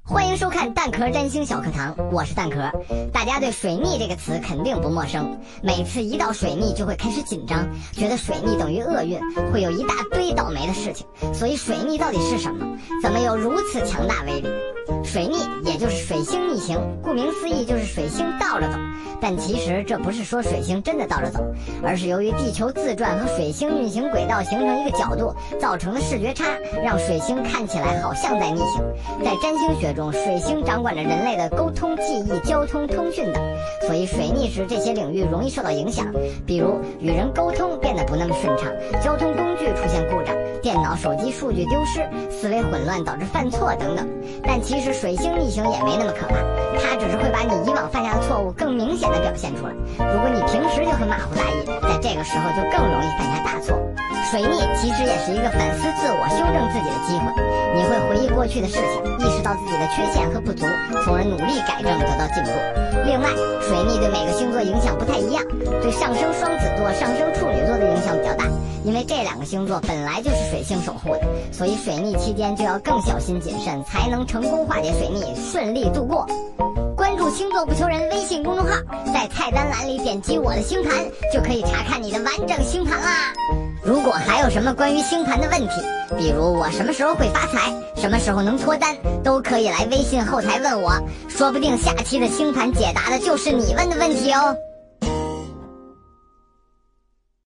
欢迎收看蛋壳占星小课堂，我是蛋壳。大家对水逆这个词肯定不陌生，每次一到水逆就会开始紧张，觉得水逆等于厄运，会有一大堆倒霉的事情。所以水逆到底是什么？怎么有如此强大威力？水逆也就是水星逆行，顾名思义就是水星倒着走。但其实这不是说水星真的倒着走，而是由于地球自转和水星运行轨道形成一个角度，造成了视觉差，让水星看起来好像在逆行。在占星学中，水星掌管着人类的沟通、记忆、交通、通讯等，所以水逆时这些领域容易受到影响，比如与人沟通变得不那么顺畅，交通工具出现故障，电脑、手机数据丢失，思维混乱导致犯错等等。但其实水星逆行也没那么可怕，它只是会把你以往犯下的错误更明显地表现出来。如果你平时就很马虎大意，在这个时候就更容易犯下大错误。水逆其实也是一个反思自我、修正自己的机会，你会回忆过去的事情，意识到自己的缺陷和不足，从而努力改正，得到进步。另外，水逆对每个星座影响不太一样，对上升双子座、上升处女座的影响比较大，因为这两个星座本来就是水星守护的，所以水逆期间就要更小心谨慎，才能成功化解水逆，顺利度过。关注星座不求人微信公众号，在菜单栏里点击我的星盘，就可以查看你的完整星盘啦。如果还有什么关于星盘的问题，比如我什么时候会发财，什么时候能脱单，都可以来微信后台问我，说不定下期的星盘解答的就是你问的问题哦。